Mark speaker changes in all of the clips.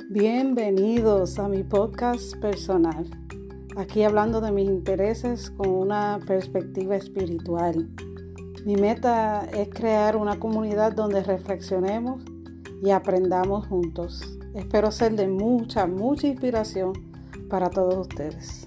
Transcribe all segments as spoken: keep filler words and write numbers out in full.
Speaker 1: Bienvenidos a mi podcast personal, aquí hablando de mis intereses con una perspectiva espiritual. Mi meta es crear una comunidad donde reflexionemos y aprendamos juntos. Espero ser de mucha, mucha inspiración para todos ustedes.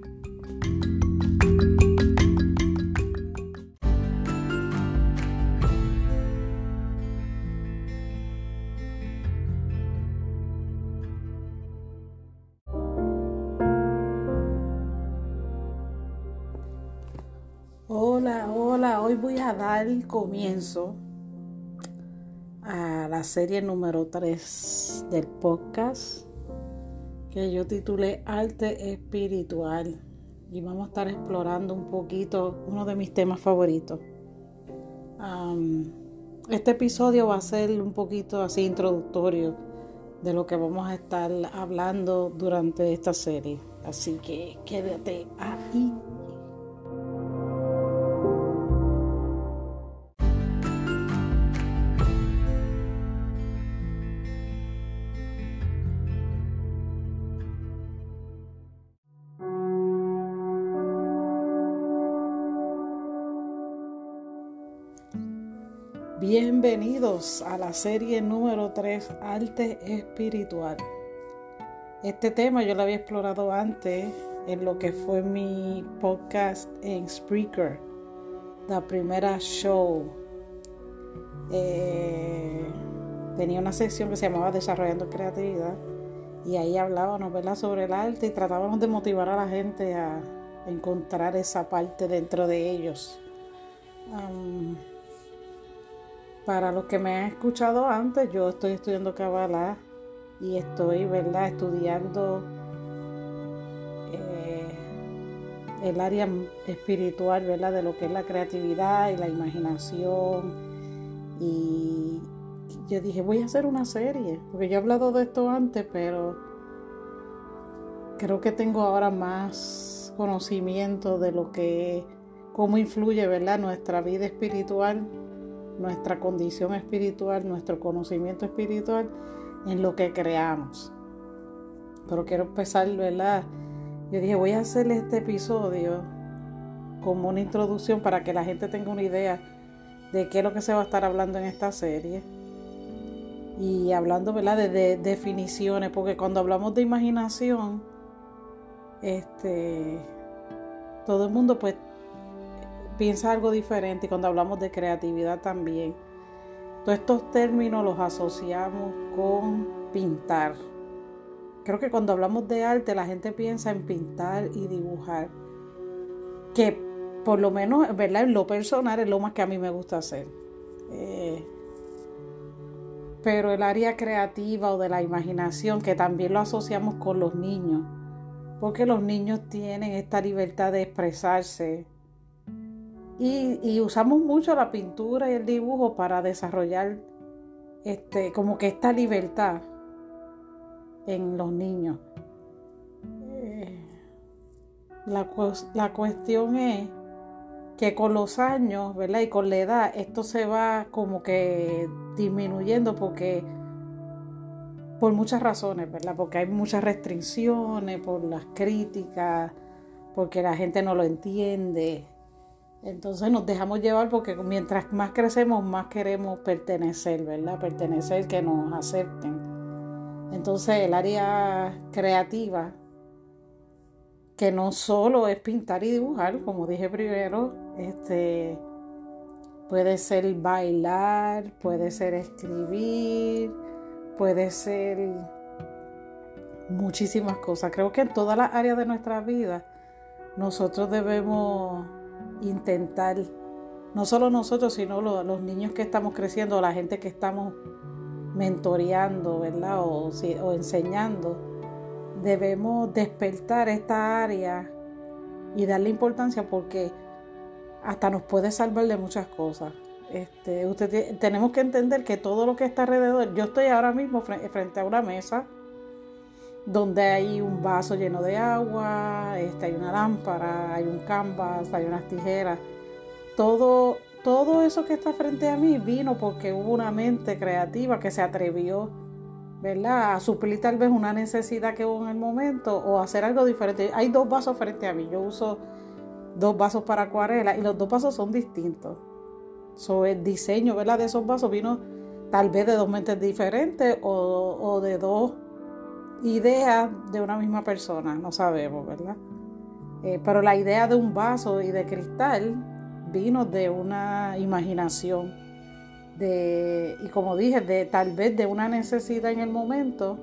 Speaker 1: Hola, hola, hoy voy a dar comienzo a la serie número tres del podcast que yo titulé Arte Espiritual y vamos a estar explorando un poquito uno de mis temas favoritos. Um, este episodio va a ser un poquito así introductorio de lo que vamos a estar hablando durante esta serie, así que quédate ahí. Bienvenidos a la serie número tres, Arte Espiritual. Este tema yo lo había explorado antes en lo que fue mi podcast en Spreaker, la primera show. Eh, tenía una sección que se llamaba Desarrollando Creatividad y ahí hablábamos, ¿verdad?, sobre el arte y tratábamos de motivar a la gente a encontrar esa parte dentro de ellos. Um, Para los que me han escuchado antes, yo estoy estudiando Kabbalah y estoy, ¿verdad?, estudiando eh, el área espiritual, ¿verdad?, de lo que es la creatividad y la imaginación. Y yo dije, voy a hacer una serie, porque yo he hablado de esto antes, pero creo que tengo ahora más conocimiento de lo que, cómo influye, ¿verdad?, nuestra vida espiritual, nuestra condición espiritual, nuestro conocimiento espiritual en lo que creamos. Pero quiero empezar, ¿verdad? Yo dije, voy a hacer este episodio como una introducción para que la gente tenga una idea de qué es lo que se va a estar hablando en esta serie. Y hablando, ¿verdad?, de, de definiciones, porque cuando hablamos de imaginación, este, todo el mundo pues piensa algo diferente, y cuando hablamos de creatividad también. Todos estos términos los asociamos con pintar. Creo que cuando hablamos de arte la gente piensa en pintar y dibujar, que por lo menos, ¿verdad?, en lo personal es lo más que a mí me gusta hacer. Eh, pero el área creativa o de la imaginación, que también lo asociamos con los niños, porque los niños tienen esta libertad de expresarse. Y, y usamos mucho la pintura y el dibujo para desarrollar este, como que esta libertad en los niños. Eh, la, la cuestión es que con los años, ¿verdad?, y con la edad, esto se va como que disminuyendo porque por muchas razones, ¿verdad? Porque hay muchas restricciones, por las críticas, porque la gente no lo entiende. Entonces nos dejamos llevar porque mientras más crecemos, más queremos pertenecer, ¿verdad? Pertenecer, que nos acepten. Entonces el área creativa, que no solo es pintar y dibujar, como dije primero, este, puede ser bailar, puede ser escribir, puede ser muchísimas cosas. Creo que en todas las áreas de nuestra vida nosotros debemos intentar, no solo nosotros, sino los, los niños que estamos creciendo, la gente que estamos mentoreando, ¿verdad?, o, o enseñando, debemos despertar esta área y darle importancia, porque hasta nos puede salvar de muchas cosas. Este, usted t- tenemos que entender que todo lo que está alrededor, yo estoy ahora mismo frente, frente a una mesa donde hay un vaso lleno de agua, este, hay una lámpara, hay un canvas, hay unas tijeras. Todo, todo eso que está frente a mí vino porque hubo una mente creativa que se atrevió ¿verdad? A suplir tal vez una necesidad que hubo en el momento o hacer algo diferente. Hay dos vasos frente a mí. Yo uso dos vasos para acuarela y los dos vasos son distintos. So, el diseño, ¿verdad?, de esos vasos vino tal vez de dos mentes diferentes o, o de dos ideas de una misma persona. No sabemos, ¿verdad? Eh, pero la idea de un vaso y de cristal vino de una imaginación, de, y como dije, de tal vez de una necesidad en el momento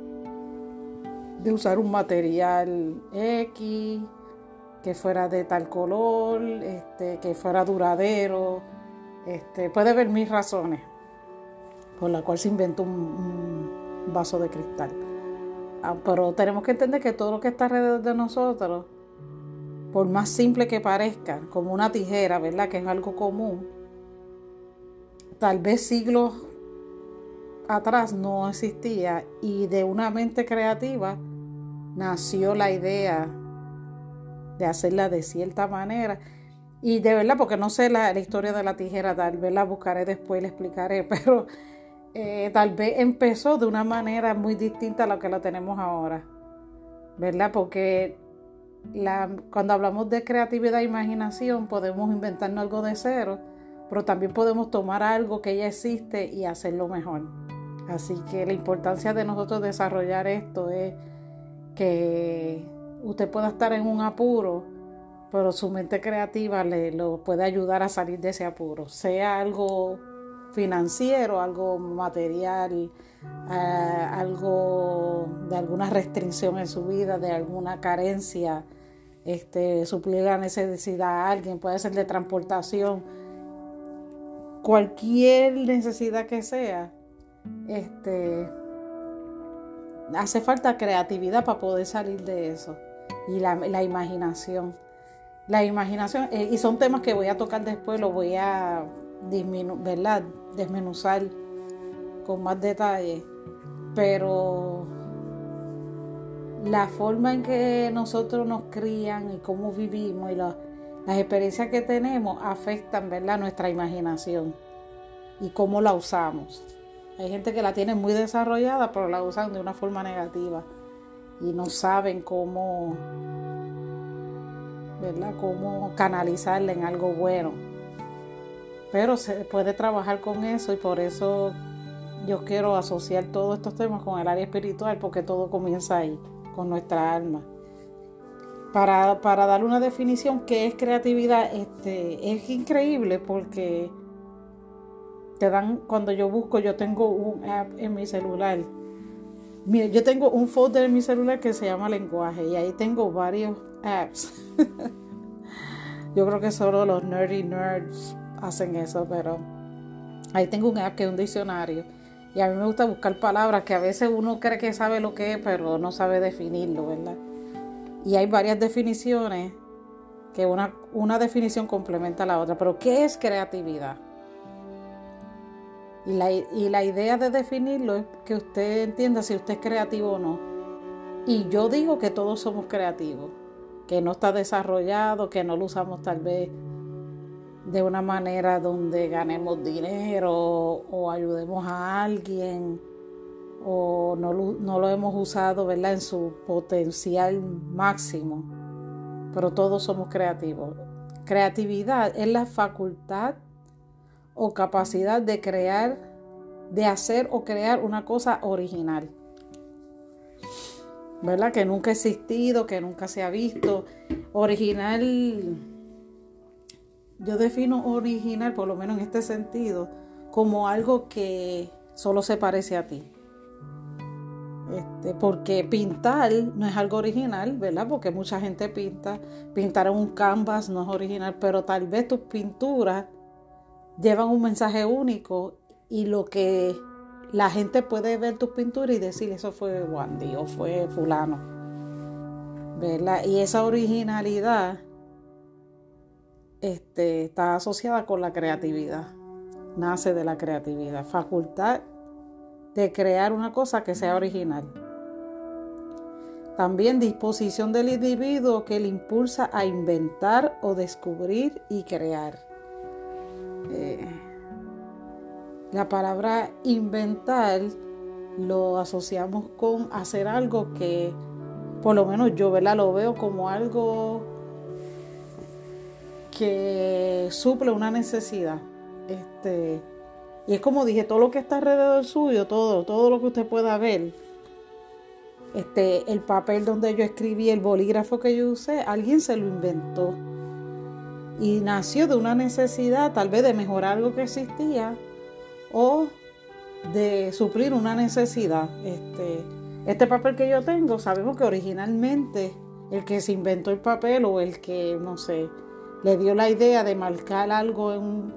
Speaker 1: de usar un material X, que fuera de tal color, este, que fuera duradero. Este, puede haber mil razones por las cuales se inventó un, un vaso de cristal. Ah, pero tenemos que entender que todo lo que está alrededor de nosotros, por más simple que parezca, como una tijera, ¿verdad?, que es algo común, tal vez siglos atrás no existía y de una mente creativa nació la idea de hacerla de cierta manera. Y de verdad, porque no sé la, la historia de la tijera, tal vez la buscaré después y la explicaré, pero eh, tal vez empezó de una manera muy distinta a lo que la tenemos ahora, ¿verdad? Porque la, cuando hablamos de creatividad e imaginación podemos inventarnos algo de cero, pero también podemos tomar algo que ya existe y hacerlo mejor. Así que la importancia de nosotros desarrollar esto es que usted pueda estar en un apuro, pero su mente creativa le lo puede ayudar a salir de ese apuro, sea algo financiero, algo material, eh, algo de alguna restricción en su vida, de alguna carencia, este, suplir la necesidad a alguien, puede ser de transportación, cualquier necesidad que sea, este, hace falta creatividad para poder salir de eso, y la, la imaginación. La imaginación, eh, y son temas que voy a tocar después, los voy a disminu- ¿verdad? desmenuzar con más detalle, pero la forma en que nosotros nos crían y cómo vivimos y la, las experiencias que tenemos afectan, ¿verdad?, nuestra imaginación y cómo la usamos. Hay gente que la tiene muy desarrollada, pero la usan de una forma negativa y no saben cómo, ¿verdad?, cómo canalizarla en algo bueno. Pero se puede trabajar con eso y por eso yo quiero asociar todos estos temas con el área espiritual, porque todo comienza ahí, con nuestra alma. Para, para darle una definición, ¿qué es creatividad? Este, es increíble porque te dan, cuando yo busco, yo tengo un app en mi celular. Mire, yo tengo un folder en mi celular que se llama lenguaje y ahí tengo varios apps. Yo creo que solo los nerdy nerds hacen eso, pero ahí tengo un app que es un diccionario y a mí me gusta buscar palabras que a veces uno cree que sabe lo que es, pero no sabe definirlo, ¿verdad? Y hay varias definiciones que una, una definición complementa a la otra. Pero ¿qué es creatividad? Y la, y la idea de definirlo es que usted entienda si usted es creativo o no. Y yo digo que todos somos creativos, que no está desarrollado, que no lo usamos tal vez de una manera donde ganemos dinero o ayudemos a alguien, o no lo, no lo hemos usado, ¿verdad?, en su potencial máximo, pero todos somos creativos. Creatividad es la facultad o capacidad de crear, de hacer o crear una cosa original, ¿verdad?, que nunca ha existido, que nunca se ha visto. Original, yo defino original, por lo menos en este sentido, como algo que solo se parece a ti. Este, porque pintar no es algo original, ¿verdad? Porque mucha gente pinta. Pintar en un canvas no es original, pero tal vez tus pinturas llevan un mensaje único y lo que la gente puede ver tus pinturas y decir, eso fue Wandy o fue fulano, ¿verdad? Y esa originalidad este, está asociada con la creatividad. Nace de la creatividad, facultad de crear una cosa que sea original. También disposición del individuo que le impulsa a inventar o descubrir y crear. Eh, la palabra inventar lo asociamos con hacer algo que, por lo menos yo, ¿verdad? Lo veo como algo que suple una necesidad. Este, y es como dije, todo lo que está alrededor suyo, todo, todo lo que usted pueda ver, este, el papel donde yo escribí, el bolígrafo que yo usé, alguien se lo inventó. Y nació de una necesidad, tal vez de mejorar algo que existía o de suplir una necesidad. Este, este papel que yo tengo, sabemos que originalmente el que se inventó el papel o el que, no sé, le dio la idea de marcar algo en un,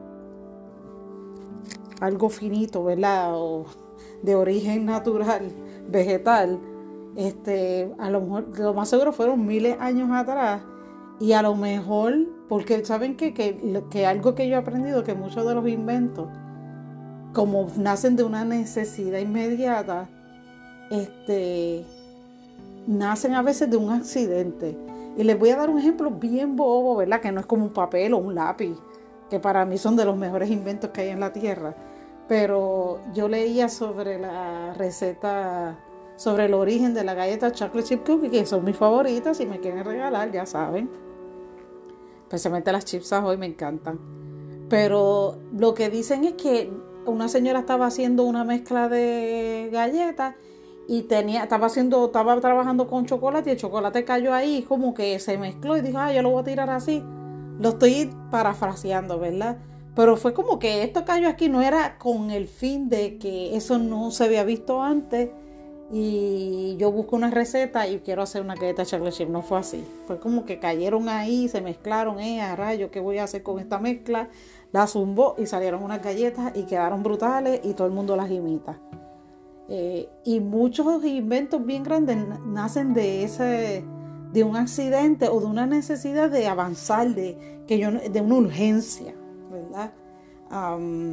Speaker 1: algo finito, ¿verdad? O de origen natural, vegetal, este, a lo mejor, lo más seguro fueron miles de años atrás. Y a lo mejor, porque saben que, que, que algo que yo he aprendido, que muchos de los inventos, como nacen de una necesidad inmediata, este, nacen a veces de un accidente. Y les voy a dar un ejemplo bien bobo, ¿verdad? Que no es como un papel o un lápiz, que para mí son de los mejores inventos que hay en la Tierra. Pero yo leía sobre la receta, sobre el origen de la galleta chocolate chip cookie, que son mis favoritas, si me quieren regalar, ya saben. Especialmente las chips Ahoy me encantan. Pero lo que dicen es que una señora estaba haciendo una mezcla de galletas y tenía, estaba haciendo, estaba trabajando con chocolate y el chocolate cayó ahí, como que se mezcló y dijo, ah, yo lo voy a tirar así. Lo estoy parafraseando, ¿verdad? Pero fue como que esto cayó aquí, no era con el fin de que eso no se había visto antes y yo busco una receta y quiero hacer una galleta chocolate chip. No fue así. Fue como que cayeron ahí, se mezclaron, eh, a rayo, ¿qué voy a hacer con esta mezcla? La zumbó y salieron unas galletas y quedaron brutales y todo el mundo las imita. Eh, y muchos inventos bien grandes nacen de ese, de un accidente o de una necesidad de avanzar, de, que yo, de una urgencia, ¿verdad? Um,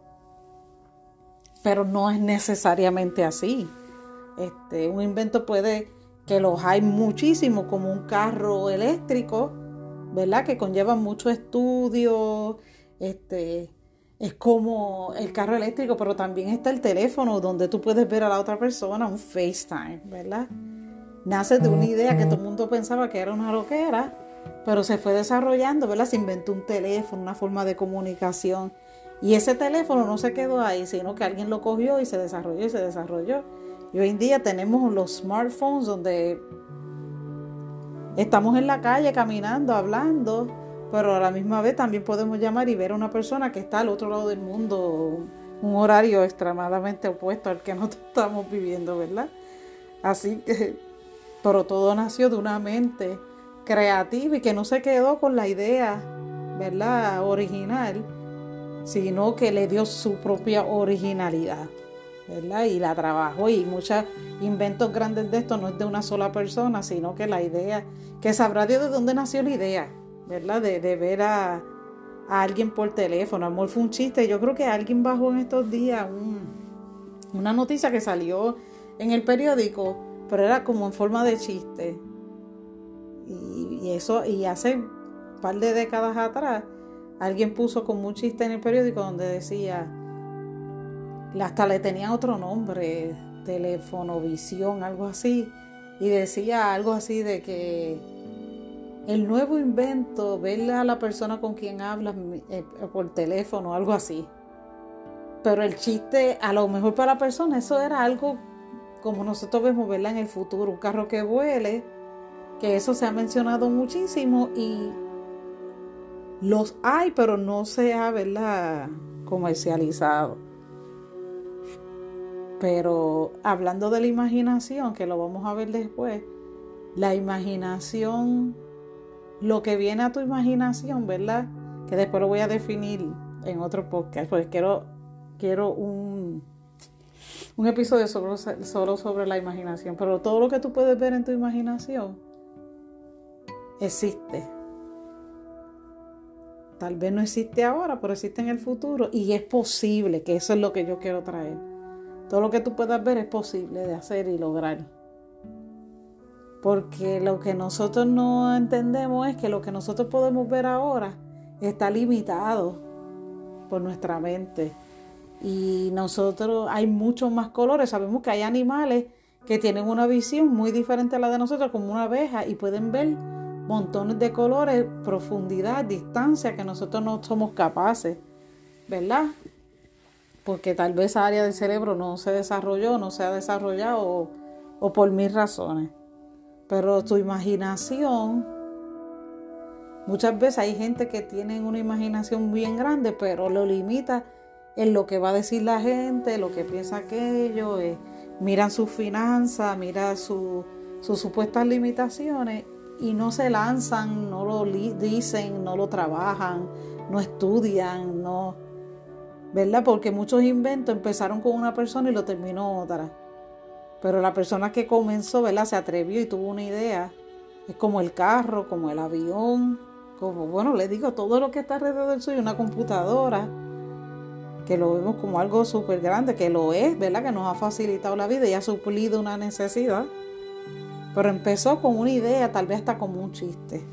Speaker 1: pero no es necesariamente así. Este, un invento puede, que los hay muchísimo, como un carro eléctrico, ¿verdad? Que conlleva mucho estudio. Este, es como el carro eléctrico, pero también está el teléfono donde tú puedes ver a la otra persona, un FaceTime, ¿verdad? Nace de una idea que todo el mundo pensaba que era una loquera, pero se fue desarrollando, ¿verdad? Se inventó un teléfono, una forma de comunicación. Y ese teléfono no se quedó ahí, sino que alguien lo cogió y se desarrolló y se desarrolló. Y hoy en día tenemos los smartphones donde estamos en la calle caminando, hablando, pero a la misma vez también podemos llamar y ver a una persona que está al otro lado del mundo, un horario extremadamente opuesto al que nosotros estamos viviendo, ¿verdad? Así que, pero todo nació de una mente creativa y que no se quedó con la idea, ¿verdad?, original, sino que le dio su propia originalidad, ¿verdad? Y la trabajó, y muchos inventos grandes de esto no es de una sola persona, sino que la idea, que sabrá Dios de dónde nació la idea, ¿verdad? De, de ver a, a alguien por teléfono. Amor, fue un chiste. Yo creo que alguien bajó en estos días un, una noticia que salió en el periódico, pero era como en forma de chiste. Y, y eso, y hace un par de décadas atrás, alguien puso como un chiste en el periódico donde decía, hasta le tenía otro nombre, telefonovisión, algo así, y decía algo así de que el nuevo invento, verle a la persona con quien hablas eh, por teléfono, algo así. Pero el chiste, a lo mejor para la persona, eso era algo como nosotros vemos, verla en el futuro, un carro que vuele, que eso se ha mencionado muchísimo y los hay, pero no se ha, ¿verdad?, comercializado. Pero hablando de la imaginación, que lo vamos a ver después, la imaginación, lo que viene a tu imaginación, ¿verdad?, que después lo voy a definir en otro podcast, porque quiero, quiero un, un episodio solo, solo sobre la imaginación, pero todo lo que tú puedes ver en tu imaginación existe. Tal vez no existe ahora, pero existe en el futuro y es posible, que eso es lo que yo quiero traer. Todo lo que tú puedas ver es posible de hacer y lograr. Porque lo que nosotros no entendemos es que lo que nosotros podemos ver ahora está limitado por nuestra mente. Y nosotros, hay muchos más colores. Sabemos que hay animales que tienen una visión muy diferente a la de nosotros, como una abeja, y pueden ver montones de colores, profundidad, distancia, que nosotros no somos capaces, ¿verdad? Porque tal vez esa área del cerebro no se desarrolló, no se ha desarrollado, o, o por mil razones. Pero tu imaginación, muchas veces hay gente que tiene una imaginación bien grande, pero lo limita en lo que va a decir la gente, lo que piensa aquello, eh, miran sus finanzas, miran su, sus supuestas limitaciones y no se lanzan, no lo li- dicen, no lo trabajan, no estudian, no, ¿verdad? Porque muchos inventos empezaron con una persona y lo terminó otra. Pero la persona que comenzó, ¿verdad? Se atrevió y tuvo una idea. Es como el carro, como el avión, como, bueno, les digo, todo lo que está alrededor suyo, una computadora, que lo vemos como algo súper grande, que lo es, ¿verdad? Que nos ha facilitado la vida y ha suplido una necesidad. Pero empezó con una idea, tal vez hasta como un chiste.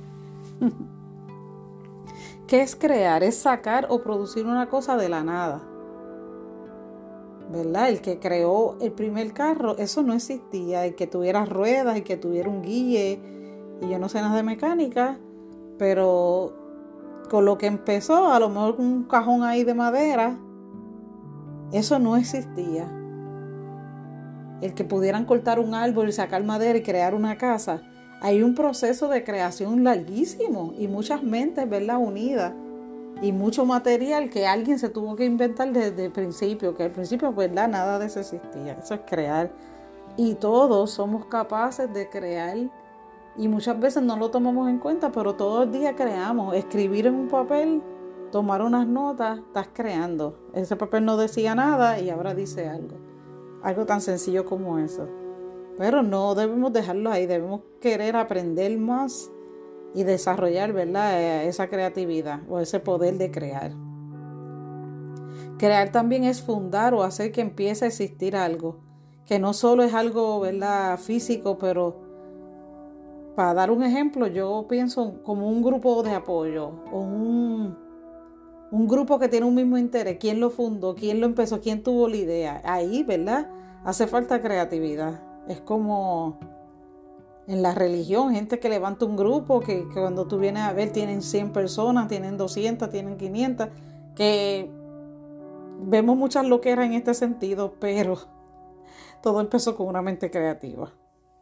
Speaker 1: ¿Qué es crear? Es sacar o producir una cosa de la nada, ¿verdad? El que creó el primer carro, eso no existía. El que tuviera ruedas, el que tuviera un guille, y yo no sé nada de mecánica, pero con lo que empezó, a lo mejor un cajón ahí de madera, eso no existía. El que pudieran cortar un árbol y sacar madera y crear una casa, hay un proceso de creación larguísimo y muchas mentes, ¿verdad?, unidas, y mucho material que alguien se tuvo que inventar desde el principio, que al principio, ¿verdad?, nada de eso existía. Eso es crear, y todos somos capaces de crear, y muchas veces no lo tomamos en cuenta, pero todo el día creamos. Escribir en un papel, tomar unas notas, estás creando. Ese papel no decía nada y ahora dice algo. Algo tan sencillo como eso. Pero no debemos dejarlo ahí, debemos querer aprender más y desarrollar, ¿verdad?, esa creatividad o ese poder de crear. Crear también es fundar o hacer que empiece a existir algo, que no solo es algo, ¿verdad?, físico, pero para dar un ejemplo, yo pienso como un grupo de apoyo o un, un grupo que tiene un mismo interés. ¿Quién lo fundó? ¿Quién lo empezó? ¿Quién tuvo la idea? Ahí, ¿verdad?, hace falta creatividad. Es como en la religión, gente que levanta un grupo, que, que cuando tú vienes a ver tienen cien personas, tienen doscientas, tienen quinientas, que vemos muchas loqueras en este sentido, pero todo empezó con una mente creativa.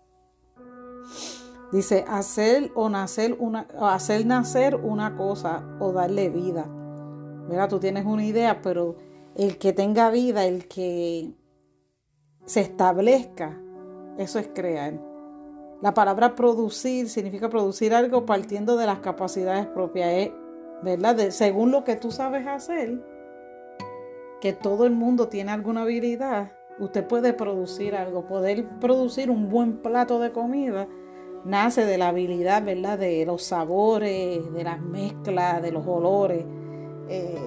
Speaker 1: Dice, hacer o nacer una, hacer nacer una cosa o darle vida. Mira, tú tienes una idea, pero el que tenga vida, el que se establezca, eso es crear. La palabra producir significa producir algo partiendo de las capacidades propias, ¿verdad? De, según lo que tú sabes hacer, que todo el mundo tiene alguna habilidad, usted puede producir algo. Poder producir un buen plato de comida nace de la habilidad, ¿verdad?, de los sabores, de las mezclas, de los olores. Eh,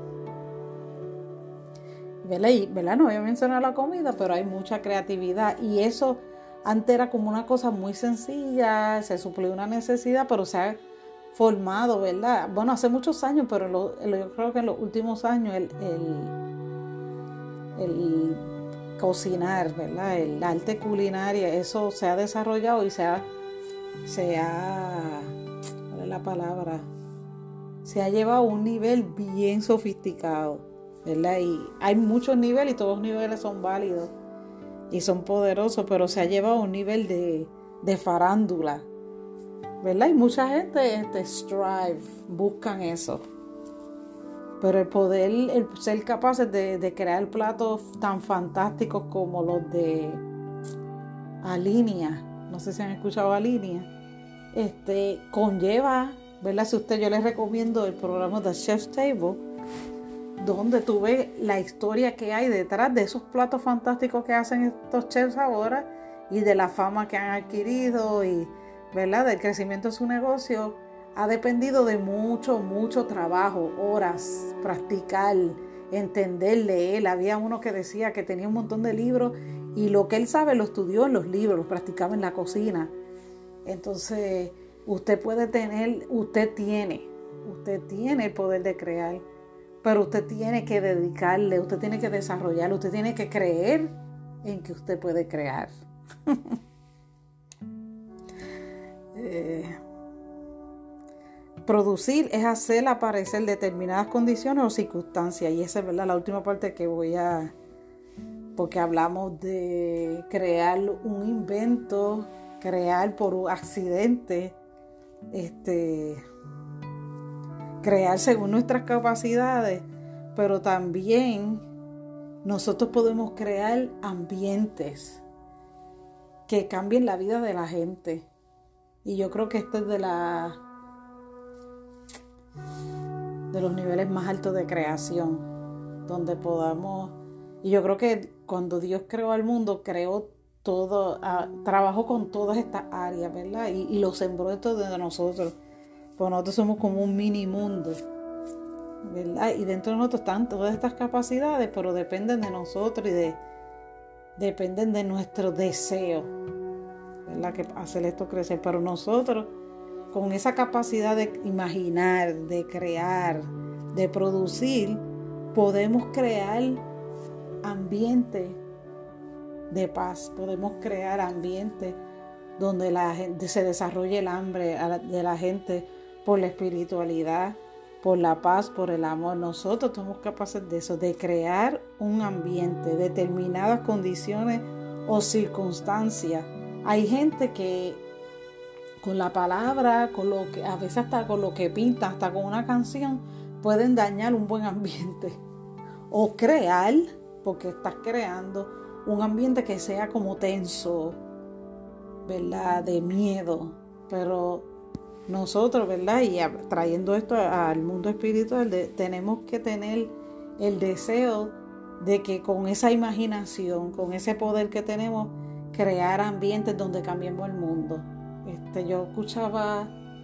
Speaker 1: ¿verdad? Y, ¿verdad? No voy a mencionar la comida, pero hay mucha creatividad. Y eso antes era como una cosa muy sencilla, se suplió una necesidad, pero se ha formado, ¿verdad? Bueno, hace muchos años, pero lo, lo, yo creo que en los últimos años el, el, el cocinar, ¿verdad?, el arte culinaria, eso se ha desarrollado y se ha, se ha, ¿cuál es la palabra? Se ha llevado a un nivel bien sofisticado, ¿verdad? Y hay muchos niveles y todos los niveles son válidos y son poderosos, pero se ha llevado a un nivel de, de farándula, ¿verdad? Y mucha gente este, strive, buscan eso. Pero el poder, el ser capaces de, de crear platos tan fantásticos como los de Alinea, no sé si han escuchado Alinea, este, conlleva, ¿verdad? Si usted, yo les recomiendo el programa The Chef's Table, donde tú ves la historia que hay detrás de esos platos fantásticos que hacen estos chefs ahora y de la fama que han adquirido y, ¿verdad?, del crecimiento de su negocio. Ha dependido de mucho, mucho trabajo, horas, practicar, entender, leer. Había uno que decía que tenía un montón de libros y lo que él sabe lo estudió en los libros, lo practicaba en la cocina. Entonces, usted puede tener, usted tiene, usted tiene el poder de crear. pero usted tiene que dedicarle, usted tiene que desarrollarlo, usted tiene que creer en que usted puede crear. eh, producir es hacer aparecer determinadas condiciones o circunstancias, y esa es, ¿verdad?, la última parte que voy a, porque hablamos de crear un invento, crear por un accidente, este, crear según nuestras capacidades, pero también nosotros podemos crear ambientes que cambien la vida de la gente. Y yo creo que este es de la de los niveles más altos de creación, donde podamos, y yo creo que cuando Dios creó al mundo, creó todo, uh, trabajó con todas estas áreas, ¿verdad? Y, y lo sembró dentro de nosotros, pues nosotros somos como un mini mundo, ¿verdad? Y dentro de nosotros están todas estas capacidades, pero dependen de nosotros y de dependen de nuestro deseo, ¿verdad?, que hacer esto crecer. Pero nosotros, con esa capacidad de imaginar, de crear, de producir, podemos crear ambiente de paz, podemos crear ambiente donde la gente, se desarrolle el hambre de la gente por la espiritualidad, por la paz, por el amor. Nosotros somos capaces de eso, de crear un ambiente, determinadas condiciones o circunstancias. Hay gente que con la palabra, con lo que, a veces hasta con lo que pintan, hasta con una canción, pueden dañar un buen ambiente. O crear, porque estás creando un ambiente que sea como tenso, ¿verdad?, de miedo. Pero nosotros, ¿verdad?, y trayendo esto al mundo espiritual, de, tenemos que tener el deseo de que con esa imaginación, con ese poder que tenemos, crear ambientes donde cambiemos el mundo. Este, yo escuchaba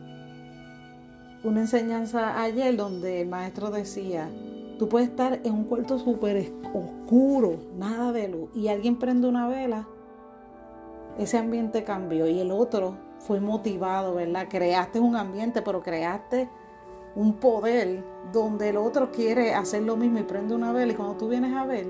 Speaker 1: una enseñanza ayer donde el maestro decía, tú puedes estar en un cuarto súper oscuro, nada de luz, y alguien prende una vela, ese ambiente cambió, y el otro fue motivado, ¿verdad? Creaste un ambiente, pero creaste un poder donde el otro quiere hacer lo mismo y prende una vela, y cuando tú vienes a ver,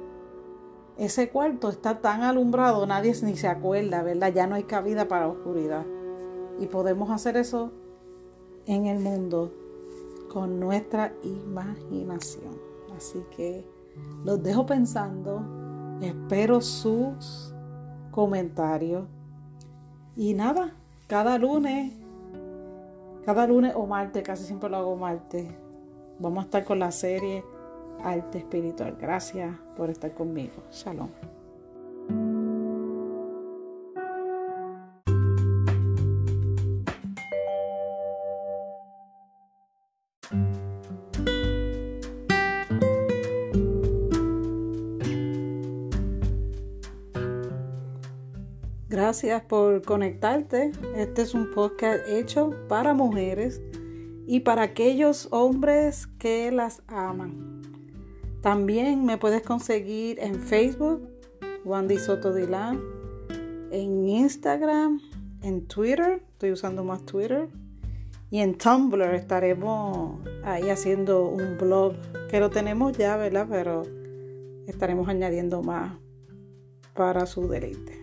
Speaker 1: ese cuarto está tan alumbrado, nadie ni se acuerda, ¿verdad? Ya no hay cabida para la oscuridad. Y podemos hacer eso en el mundo con nuestra imaginación. Así que los dejo pensando, espero sus comentarios. Y nada, cada lunes, cada lunes o martes, casi siempre lo hago martes, vamos a estar con la serie Arte Espiritual. Gracias por estar conmigo. Shalom. Gracias por conectarte. Este es un podcast hecho para mujeres y para aquellos hombres que las aman. También me puedes conseguir en Facebook, Wandy Soto Dilán, en Instagram, en Twitter, estoy usando más Twitter, y en Tumblr estaremos ahí haciendo un blog, que lo tenemos ya, ¿verdad? Pero estaremos añadiendo más para su deleite.